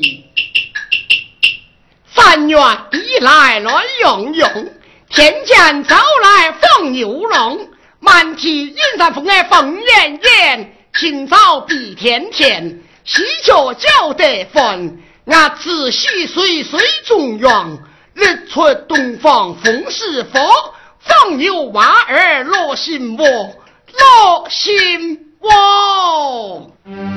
三月以来乱用用，天见早来凤牛龙，满体阴山风儿凤燕燕，清早比天天，西脚脚得分，俺仔细水水中央，日出东方风是佛，凤牛娃儿落心窝，落心窝。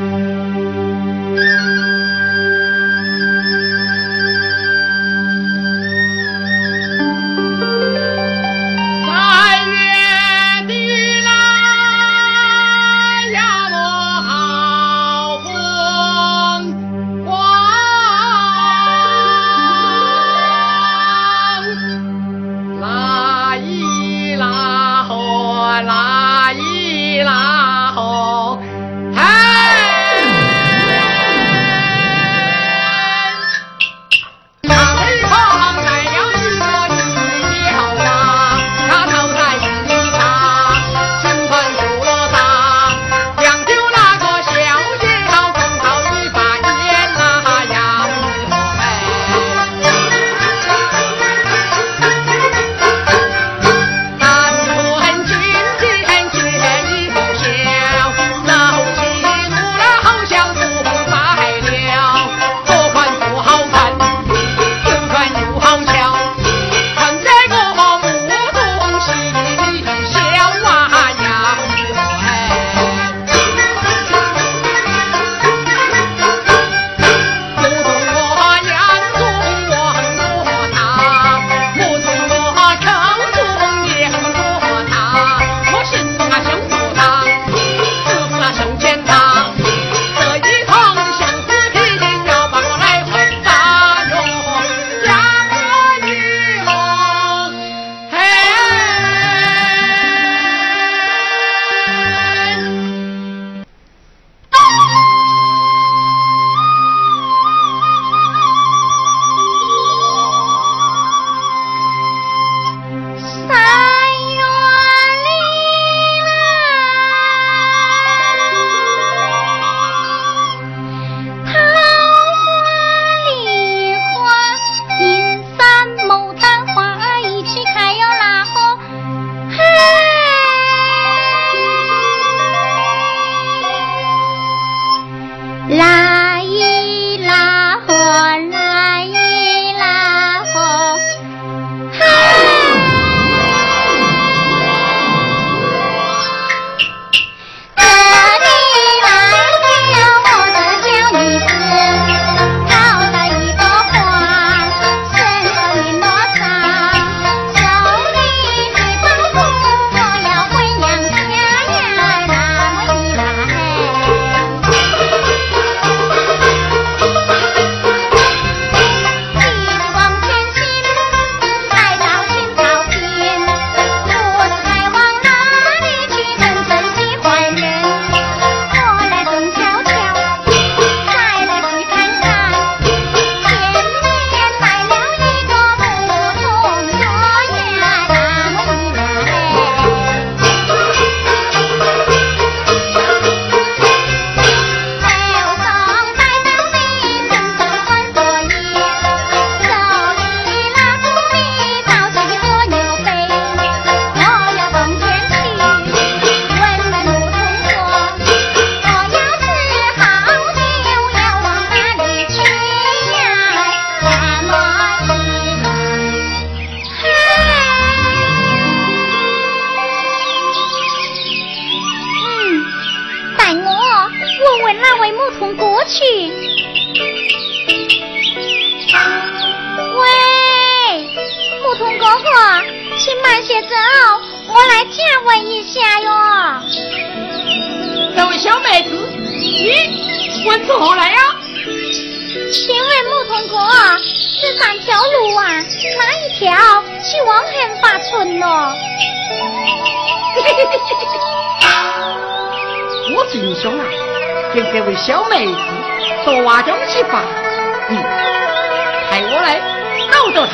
我真凶啊，给这位小妹子多挖东西吧。派我来找找她。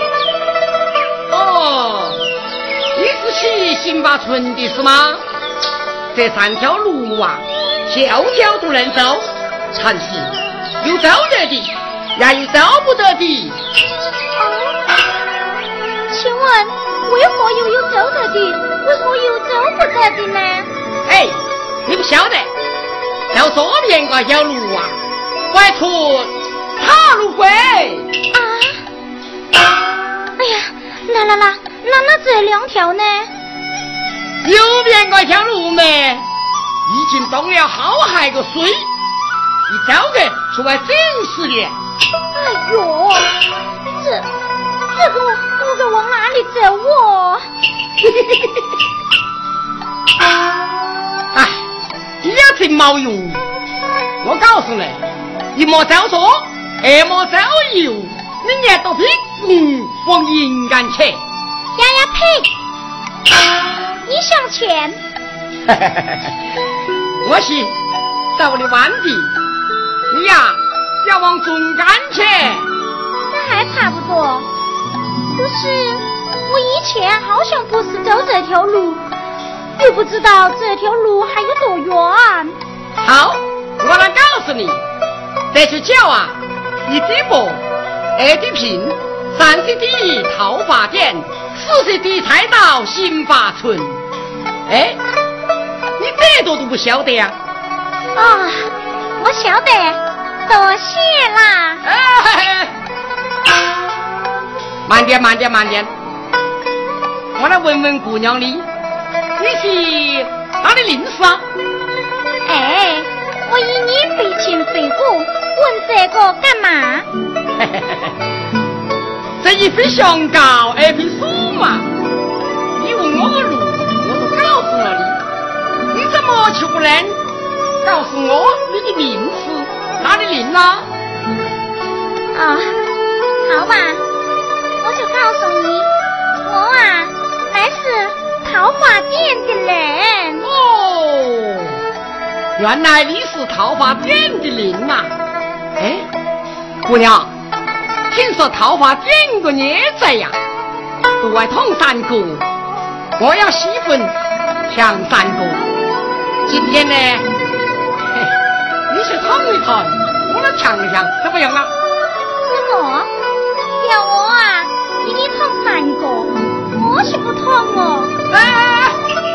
哦，你是去新八村的是吗？这3条路啊，条条都能走，还是有招惹的。 也有找不得的。 请问为何又有走得的，为何有走不得的呢？ 哎，你不晓得，要左边那条路啊，外出岔路轨。 啊！哎呀，那这两条呢？ 右边那条路呢，已经动了好海个水，你找个出来真是的。 哎呦，这个我该往哪里走哦？ 哎，也真冇用。我告诉你，一莫走左，二莫走右，你也都屁股往阴间去。 呀呸！你向前。 我是到了弯地，你呀要往中间去。 那还差不多。可是我以前好像不是走这条路，又不知道这条路还有多远。 好，我来告诉你，这就叫啊，一的薄，2的平，3的桃花店，4的菜到新发村。哎，你这都不晓得呀？ 啊，我晓得，多谢啦。 哎，慢点，我来问问姑娘你是哪里认识啊？ 哎，我以你非亲非故，问这个干嘛？ 这一非相告，二非书嘛。你问我个路，我都告诉了你，你怎么就不能告诉我你的名字哪里人啊？ 啊，好吧，我就告诉你，我啊乃是桃花店的人。 哦，原来你是桃花店的人呐！哎，姑娘，听说桃花店个孽债呀，都爱捅3个，我要媳妇抢3个。今天呢，你去捅一捅，我来抢一抢，怎么样啊？ 什么？要我啊给你捅3个？我是不捅哦。 哎，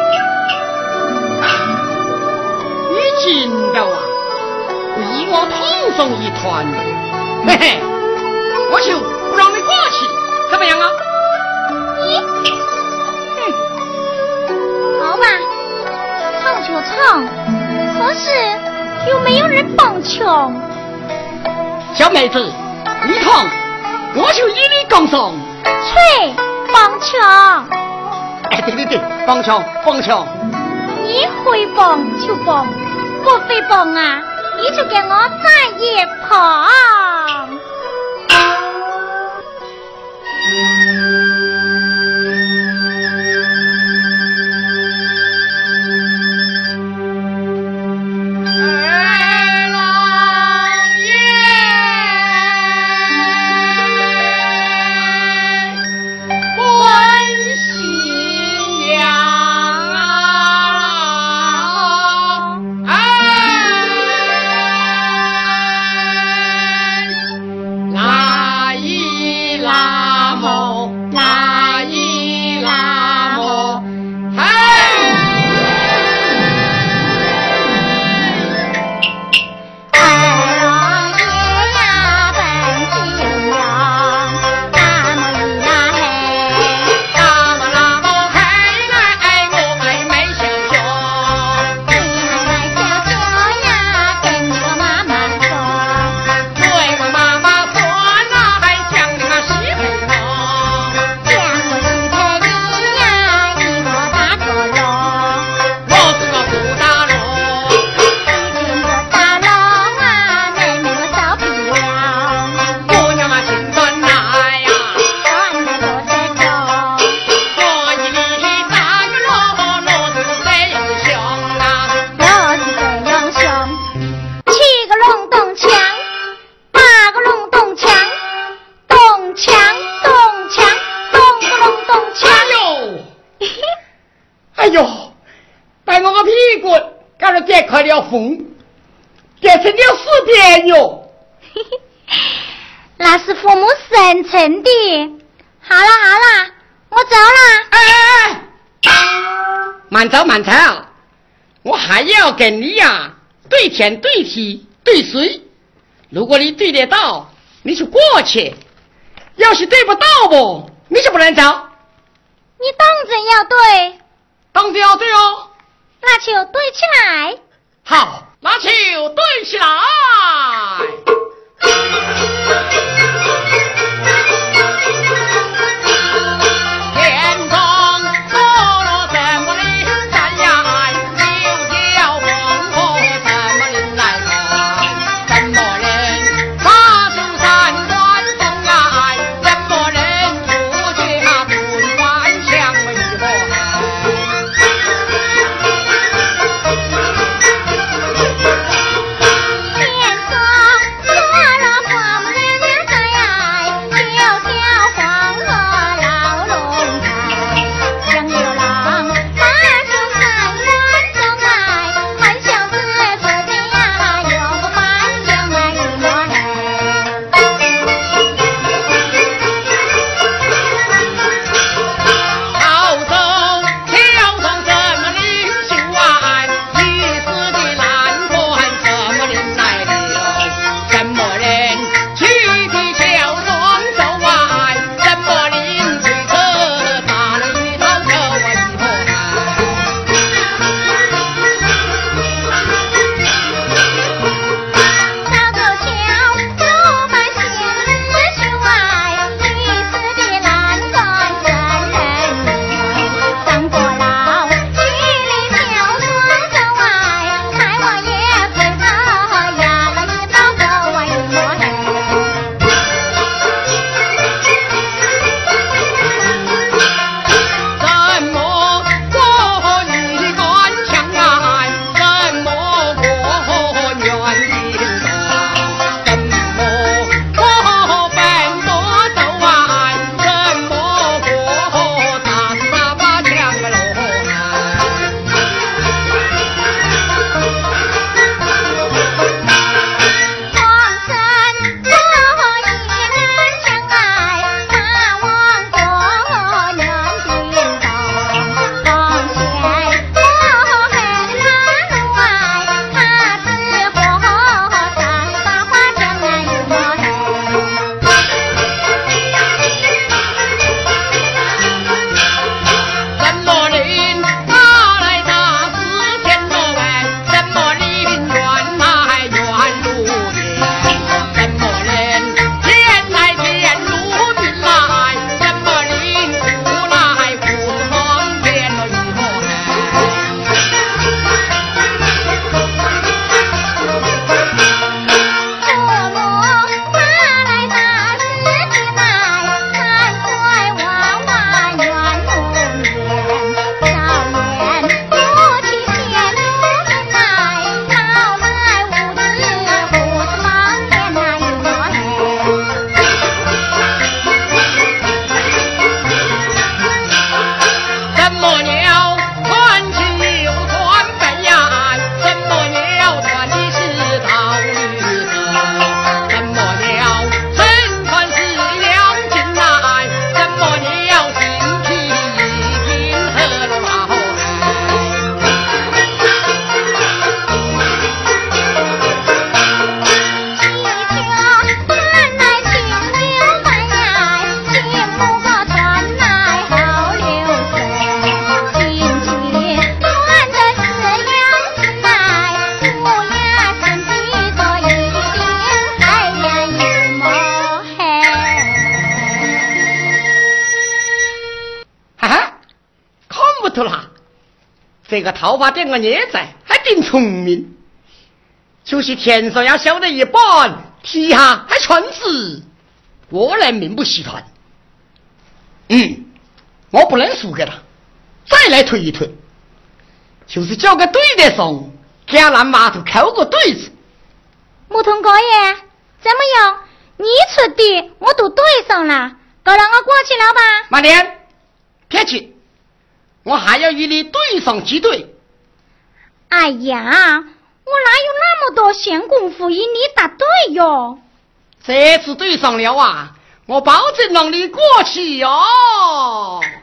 你听到啊？逼我捅上一团，嘿嘿，我就不让你过去，怎么样啊？ 好吧，捅就捅，可是又没有人帮穷。 小妹子，你捅，我就与你共送。 吹，帮穷。 哎，对，帮穷。 你会帮就帮，不会帮啊，你就给我站一旁。 开了风，这成了4遍哟。 那是父母生成的。好了，我走了。 慢走，我还要跟你呀对天对地对水。如果你对得到，你就过去；要是对不到不，你就不能走。 你当真要对？ 当然要对哦。 那就对起来。 好，那就对起来。这个头发点个孽在，还挺聪明。就是天上要晓得一半，天下还全是我人民不习惯。我不能输给他，再来推一推，就是叫个对的上，橄榄码头扣个对子。 木桶哥爷，怎么样？你出的我都对上了，够让我过去了吧？ 慢点，别去，我还要与你对上几对。 哎呀，我哪有那么多闲工夫与你答对哟？ 这次对上了啊，我保证让你过去哟。